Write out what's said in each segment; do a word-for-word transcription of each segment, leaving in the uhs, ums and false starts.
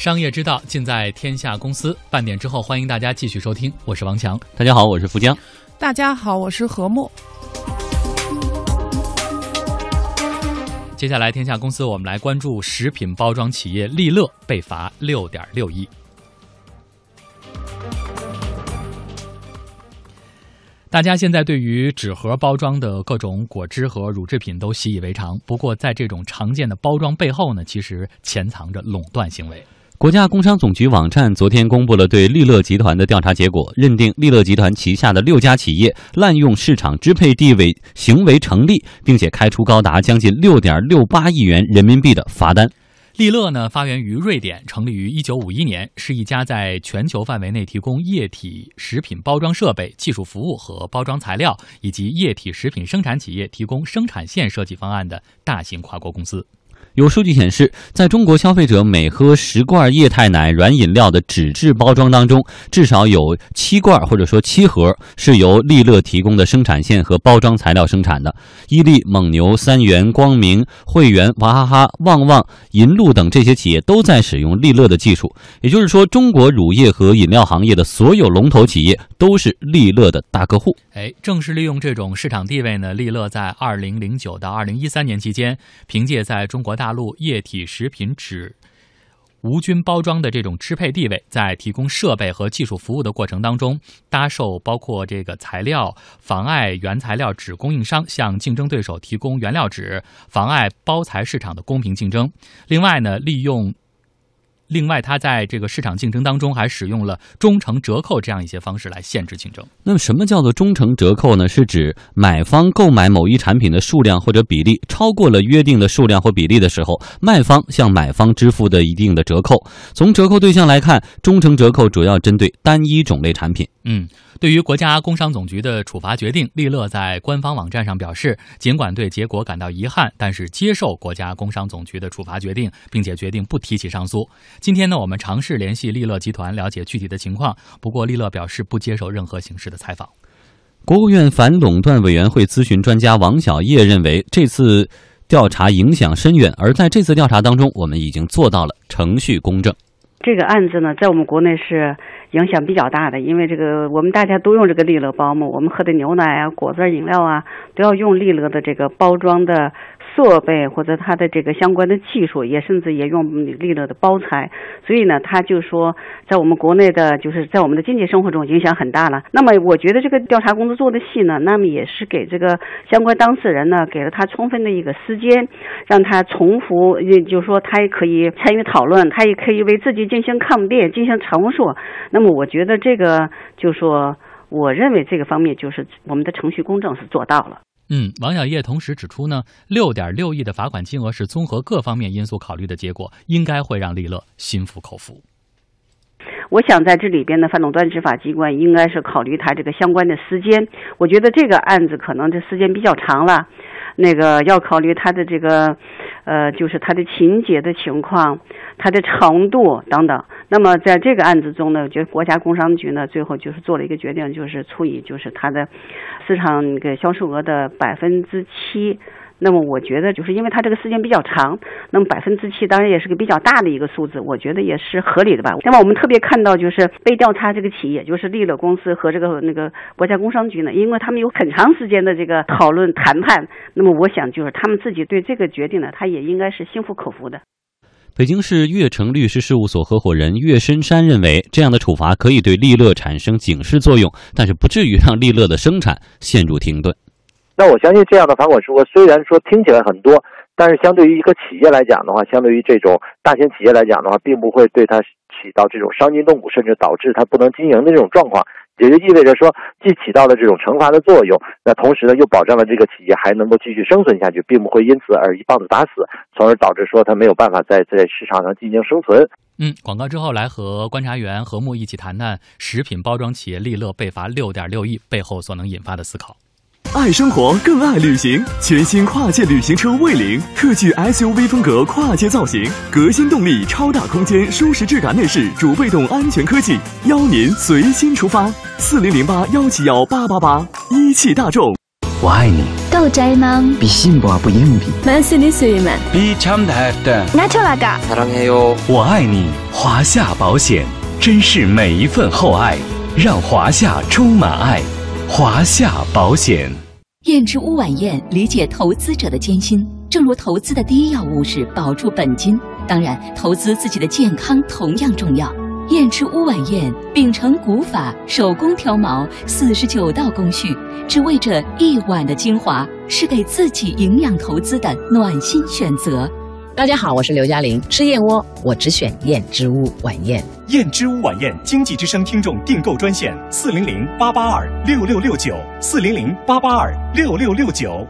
商业之道尽在天下公司。半点之后，欢迎大家继续收听，我是王强。 大家好，我是富江。 大家好，我是何墨。 接下来，天下公司我们来关注食品包装企业利乐被罚六点六亿。大家现在对于纸盒包装的各种果汁和乳制品都习以为常，不过在这种常见的包装背后呢，其实潜藏着垄断行为。 国家工商总局网站昨天公布了对利乐集团的调查结果，认定利乐集团旗下的六家企业滥用市场支配地位行为成立，并且开出高达将近六点六八亿元人民币的罚单。 利乐呢，发源于瑞典，成立于一九五一年，是一家在全球范围内提供液体食品包装设备、技术服务和包装材料，以及液体食品生产企业提供生产线设计方案的大型跨国公司。 有数据显示，在中国消费者每喝十罐液态奶软饮料的纸质包装当中，至少有七罐或者说七盒是由利乐提供的生产线和包装材料生产的。伊利、蒙牛、三元、光明、汇源、娃哈哈、旺旺、银鹿等这些企业都在使用利乐的技术。也就是说，中国乳业和饮料行业的所有龙头企业都是利乐的大客户。 哎，正是利用这种市场地位呢，利乐在二零零九到二零一三年期间，凭借在中国大陆液体食品纸无菌包装的这种支配地位，在提供设备和技术服务的过程当中，搭售包括这个材料，妨碍原材料纸供应商向竞争对手提供原料纸，妨碍包材市场的公平竞争。另外呢，利用另外，它在这个市场竞争当中还使用了忠诚折扣这样一些方式来限制竞争。 那么什么叫做忠诚折扣呢？是指买方购买某一产品的数量或者比例超过了约定的数量或比例的时候，卖方向买方支付的一定的折扣。从折扣对象来看，忠诚折扣主要针对单一种类产品。 嗯，对于国家工商总局的处罚决定，利乐在官方网站上表示，尽管对结果感到遗憾，但是接受国家工商总局的处罚决定，并且决定不提起上诉。今天呢，我们尝试联系利乐集团了解具体的情况，不过利乐表示不接受任何形式的采访。 国务院反垄断委员会咨询专家王小叶认为，这次调查影响深远，而在这次调查当中，我们已经做到了程序公正。 这个案子呢，在我们国内是影响比较大的，因为这个我们大家都用这个利乐包嘛，我们喝的牛奶啊、果汁饮料啊，都要用利乐的这个包装的设备或者它的这个相关的技术，也甚至也用利乐的包材，所以呢，他就说在我们国内的，就是在我们的经济生活中影响很大了。那么我觉得这个调查工作做的细呢，那么也是给这个相关当事人呢，给了他充分的一个时间，让他重复，也就是说他也可以参与讨论，他也可以为自己进行抗辩、进行陈述。那么我觉得这个就是说，我认为这个方面就是我们的程序公正是做到了。 嗯，王小叶同时指出呢，六点六亿的罚款金额是综合各方面因素考虑的结果，应该会让利乐心服口服。 我想在这里边的反垄断执法机关应该是考虑它这个相关的时间，我觉得这个案子可能这时间比较长了，那个要考虑它的这个呃，就是它的情节的情况、它的程度等等。那么在这个案子中呢，我觉得国家工商局呢最后就是做了一个决定，就是处以就是它的市场那个销售额的百分之七。那么我觉得就是因为它这个时间比较长，那么百分之七当然也是个比较大的一个数字，我觉得也是合理的吧。那么我们特别看到就是被调查这个企业，就是利乐公司和这个那个国家工商局呢，因为他们有很长时间的这个讨论谈判，那么我想就是他们自己对这个决定呢，他也应该是心服口服的。 北京市悦城律师事务所合伙人岳深山认为，这样的处罚可以对利乐产生警示作用，但是不至于让利乐的生产陷入停顿。 那我相信这样的罚款数额虽然说听起来很多，但是相对于一个企业来讲的话，相对于这种大型企业来讲的话，并不会对它起到这种伤筋动骨，甚至导致它不能经营的这种状况。也就意味着说，既起到了这种惩罚的作用，那同时呢，又保障了这个企业还能够继续生存下去，并不会因此而一棒子打死，从而导致说它没有办法在在市场上进行生存。 嗯，广告之后来和观察员何木一起谈谈食品包装企业利乐被罚六点六亿背后所能引发的思考。 爱生活更爱旅行，全新跨界旅行车蔚领，特具 S U V 风格跨界造型，革新动力，超大空间，舒适质感内饰，主被动安全科技，邀您随心出发。四零零八幺七幺八八八，一汽大众。 我爱你。 到宅吗？ 比幸福不硬币。 만쓰는 수위만. 비참다했다. 나초라가. 사랑해요. 我爱你。 华夏保险，珍视每一份厚爱，让华夏充满爱。华夏保险。 燕之屋晚宴理解投资者的艰辛，正如投资的第一要务是保住本金，当然投资自己的健康同样重要。燕之屋晚宴秉承古法手工挑毛四十九道工序，只为这一碗的精华，是给自己营养投资的暖心选择。 大家好，我是刘嘉玲，吃燕窝我只选燕之屋晚宴。 燕之屋晚宴经济之声听众订购专线：四零零八八二六六六九，四零零八八二六六六九。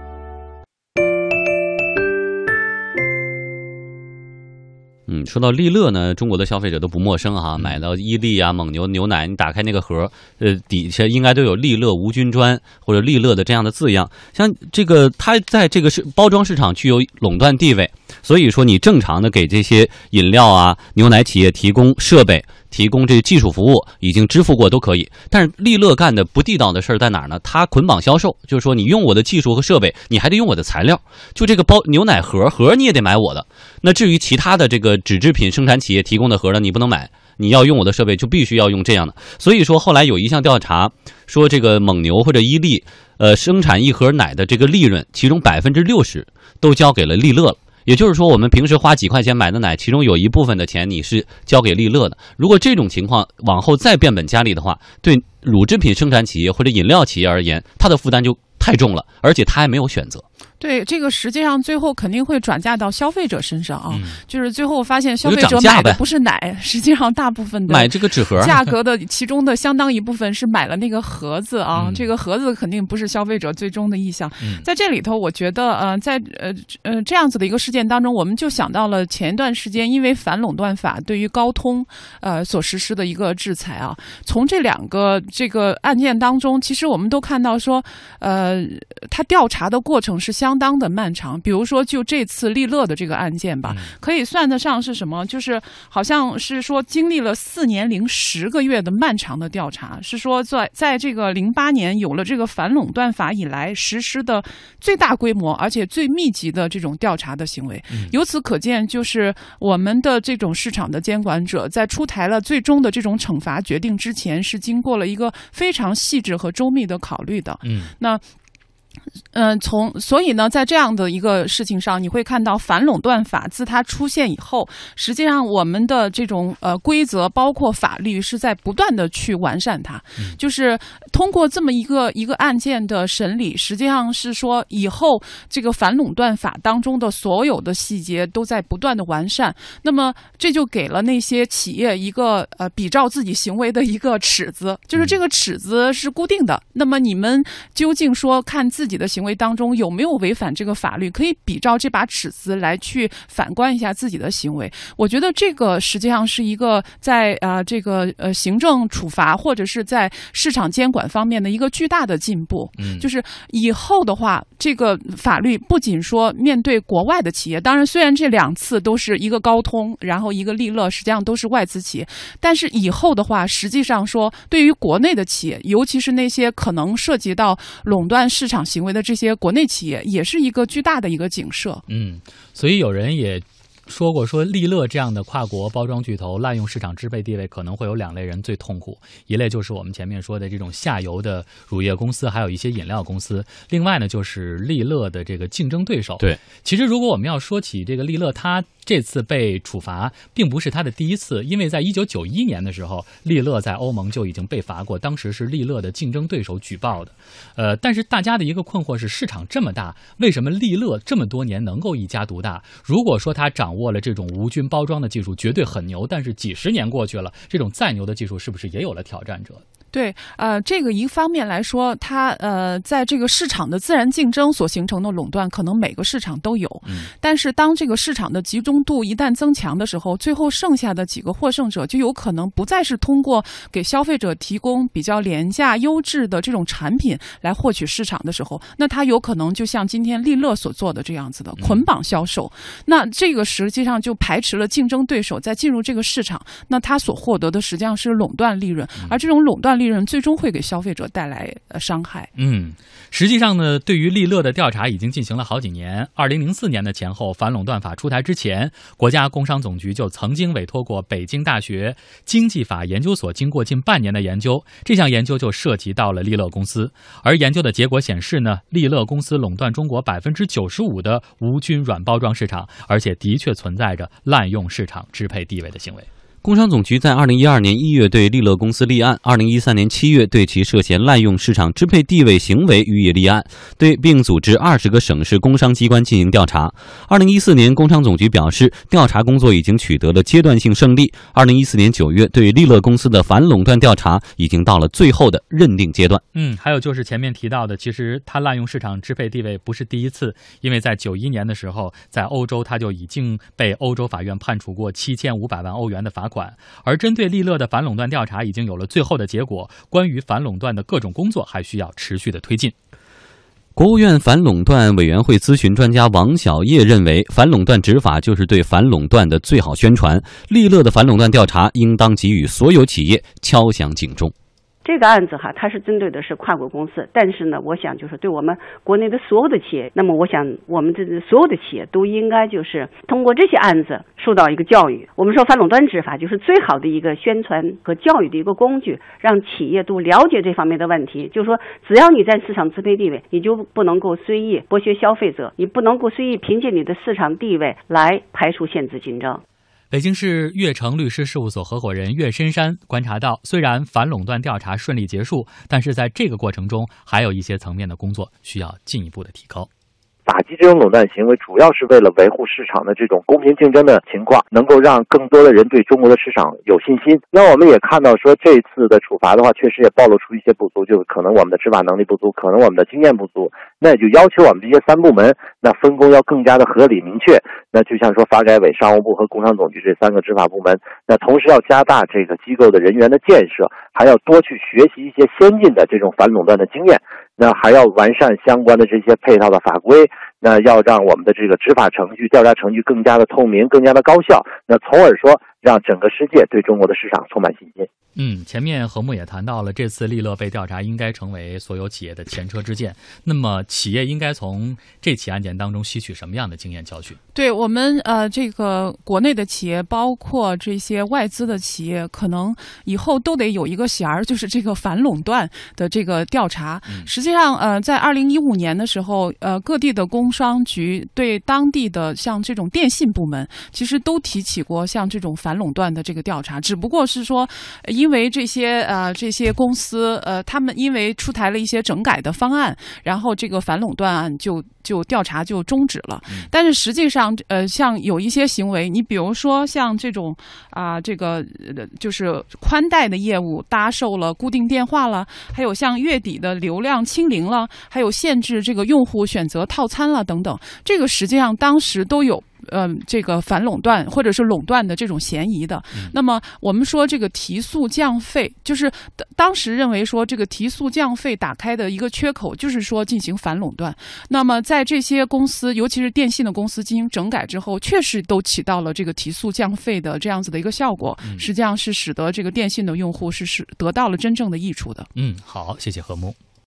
嗯，说到利乐呢，中国的消费者都不陌生哈，买到伊利啊、蒙牛牛奶，你打开那个盒，呃，底下应该都有利乐无菌砖或者利乐的这样的字样。像这个，它在这个是包装市场具有垄断地位，所以说你正常的给这些饮料啊、牛奶企业提供设备、提供这个技术服务，已经支付过都可以。但是利乐干的不地道的事儿在哪儿呢？它捆绑销售，就是说你用我的技术和设备，你还得用我的材料。就这个包牛奶盒盒你也得买我的。那至于其他的这个纸制品生产企业提供的盒呢，你不能买，你要用我的设备就必须要用这样的。所以说后来有一项调查说，这个蒙牛或者伊利，呃，生产一盒奶的这个利润，其中百分之六十都交给了利乐了。也就是说，我们平时花几块钱买的奶，其中有一部分的钱你是交给利乐的。如果这种情况往后再变本加厉的话，对乳制品生产企业或者饮料企业而言，它的负担就太重了，而且它还没有选择。 对，这个实际上最后肯定会转嫁到消费者身上啊，嗯、就是最后发现消费者买的不是奶，实际上大部分的买这个纸盒价格的其中的相当一部分是买了那个盒子啊，嗯、这个盒子肯定不是消费者最终的意向。嗯、在这里头，我觉得呃，在呃呃这样子的一个事件当中，我们就想到了前一段时间因为反垄断法对于高通呃所实施的一个制裁啊。从这两个这个案件当中，其实我们都看到说，呃，他调查的过程是相。相当的漫长，比如说就这次利乐的这个案件吧，可以算得上是什么？就是好像是说经历了四年零十个月的漫长的调查，是说在在这个零八年有了这个反垄断法以来实施的最大规模而且最密集的这种调查的行为。嗯、由此可见，就是我们的这种市场的监管者在出台了最终的这种惩罚决定之前，是经过了一个非常细致和周密的考虑的。嗯，那。嗯、呃，从所以呢，在这样的一个事情上，你会看到反垄断法自它出现以后，实际上我们的这种呃规则，包括法律，是在不断的去完善它。嗯、就是通过这么一个一个案件的审理，实际上是说以后这个反垄断法当中的所有的细节都在不断的完善。那么这就给了那些企业一个呃比照自己行为的一个尺子，就是这个尺子是固定的。那么你们究竟说看自己的行为当中有没有违反这个法律，可以比照这把尺子来去反观一下自己的行为。我觉得这个实际上是一个在呃这个呃行政处罚或者是在市场监管方面的一个巨大的进步。嗯，就是以后的话，这个法律不仅说面对国外的企业，当然虽然这两次都是一个高通，然后一个利乐，实际上都是外资企业，但是以后的话，实际上说对于国内的企业，尤其是那些可能涉及到垄断市场行为的这些国内企业，也是一个巨大的一个警示。 嗯，所以有人也说过，说利乐这样的跨国包装巨头滥用市场支配地位，可能会有两类人最痛苦，一类就是我们前面说的这种下游的乳业公司，还有一些饮料公司，另外呢就是利乐的这个竞争对手。 对， 其实如果我们要说起这个利乐，它这次被处罚并不是他的第一次，因为在一九九一年的时候，利乐在欧盟就已经被罚过，当时是利乐的竞争对手举报的。呃，但是大家的一个困惑是，市场这么大，为什么利乐这么多年能够一家独大？如果说他掌握了这种无菌包装的技术，绝对很牛，但是几十年过去了，这种再牛的技术是不是也有了挑战者？ 对，呃，这个一方面来说，它呃，在这个市场的自然竞争所形成的垄断，可能每个市场都有。嗯。但是当这个市场的集中度一旦增强的时候，最后剩下的几个获胜者就有可能不再是通过给消费者提供比较廉价、优质的这种产品来获取市场的时候，那它有可能就像今天利乐所做的这样子的捆绑销售。嗯、那这个实际上就排斥了竞争对手再进入这个市场，那它所获得的实际上是垄断利润，而这种垄断利润润最终会给消费者带来呃伤害。 嗯，实际上呢，对于利乐的调查已经进行了好几年。二零零四年的前后，反垄断法出台之前，国家工商总局就曾经委托过北京大学经济法研究所，经过近半年的研究，这项研究就涉及到了利乐公司。而研究的结果显示呢，利乐公司垄断中国百分之九十五的无菌软包装市场，而且的确存在着滥用市场支配地位的行为。 工商总局在二零一二年一月对利乐公司立案，二零一三年七月对其涉嫌滥用市场支配地位行为予以立案，对并组织二十个省市工商机关进行调查。二零一四年，工商总局表示，调查工作已经取得了阶段性胜利。二零一四年九月，对利乐公司的反垄断调查已经到了最后的认定阶段。 嗯，还有就是前面提到的，其实他滥用市场支配地位不是第一次，因为在九一年的时候，在欧洲他就已经被欧洲法院判处过七千五百万欧元的罚款。而针对利乐的反垄断调查已经有了最后的结果，关于反垄断的各种工作还需要持续的推进。 国务院反垄断委员会咨询专家王小叶认为，反垄断执法就是对反垄断的最好宣传，利乐的反垄断调查应当给予所有企业敲响警钟。 这个案子哈，它是针对的是跨国公司，但是呢，我想就是对我们国内的所有的企业，那么我想我们这所有的企业都应该就是通过这些案子受到一个教育。我们说反垄断执法就是最好的一个宣传和教育的一个工具，让企业都了解这方面的问题。就是说，只要你在市场支配地位，你就不能够随意剥削消费者，你不能够随意凭借你的市场地位来排除限制竞争。 北京市悦城律师事务所合伙人岳深山观察到，虽然反垄断调查顺利结束，但是在这个过程中还有一些层面的工作需要进一步的提高。 打击这种垄断行为，主要是为了维护市场的这种公平竞争的情况，能够让更多的人对中国的市场有信心。那我们也看到说，这次的处罚的话，确实也暴露出一些不足，就是可能我们的执法能力不足，可能我们的经验不足。那也就要求我们这些三部门，那分工要更加的合理明确。那就像说发改委、商务部和工商总局这三个执法部门，那同时要加大这个机构的人员的建设，还要多去学习一些先进的这种反垄断的经验。那还要完善相关的这些配套的法规，那要让我们的这个执法程序、调查程序更加的透明、更加的高效，那从而说让整个世界对中国的市场充满信心。 嗯，前面何木也谈到了，这次利乐被调查应该成为所有企业的前车之鉴。那么，企业应该从这起案件当中吸取什么样的经验教训？ 对我们呃，这个国内的企业，包括这些外资的企业，可能以后都得有一个弦儿，就是这个反垄断的这个调查。嗯、实际上，呃，在二零一五年的时候，呃，各地的工商局对当地的像这种电信部门，其实都提起过像这种反垄断的这个调查，只不过是说，因为这些呃这些公司呃，他们因为出台了一些整改的方案，然后这个反垄断案就就调查就终止了。嗯、但是实际上，呃，像有一些行为，你比如说像这种啊、呃，这个就是宽带的业务搭售了固定电话了，还有像月底的流量清零了，还有限制这个用户选择套餐了等等，这个实际上当时都有。呃，这个反垄断或者是垄断的这种嫌疑的，嗯、那么我们说这个提速降费，就是当时认为说这个提速降费打开的一个缺口，就是说进行反垄断。那么在这些公司，尤其是电信的公司进行整改之后，确实都起到了这个提速降费的这样子的一个效果，嗯、实际上是使得这个电信的用户是是得到了真正的益处的。 嗯，好，谢谢何木。